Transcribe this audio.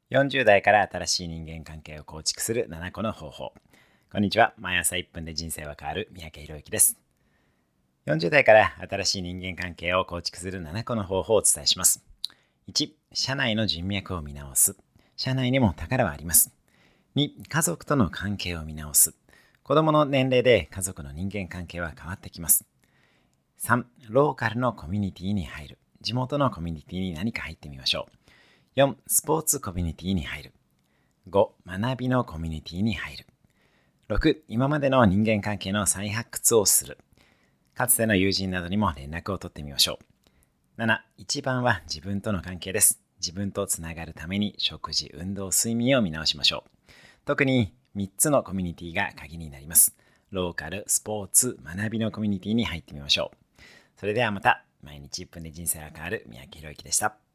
40代から新しい人間関係を構築する7個の方法。こんにちは。毎朝1分で人生は変わる三宅宏之です。40代から新しい人間関係を構築する7個の方法をお伝えします。1、社内の人脈を見直す。社内にも宝はあります。2、家族との関係を見直す。子供の年齢で家族の人間関係は変わってきます。3、ローカルのコミュニティに入る。地元のコミュニティに何か入ってみましょう。4、スポーツコミュニティに入る。5、学びのコミュニティに入る。6、今までの人間関係の再発掘をする。かつての友人などにも連絡を取ってみましょう。7、一番は自分との関係です。自分とつながるために食事、運動、睡眠を見直しましょう。特に3つのコミュニティが鍵になります。ローカル、スポーツ、学びのコミュニティに入ってみましょう。それではまた。毎日1分で人生が変わる三宅宏之でした。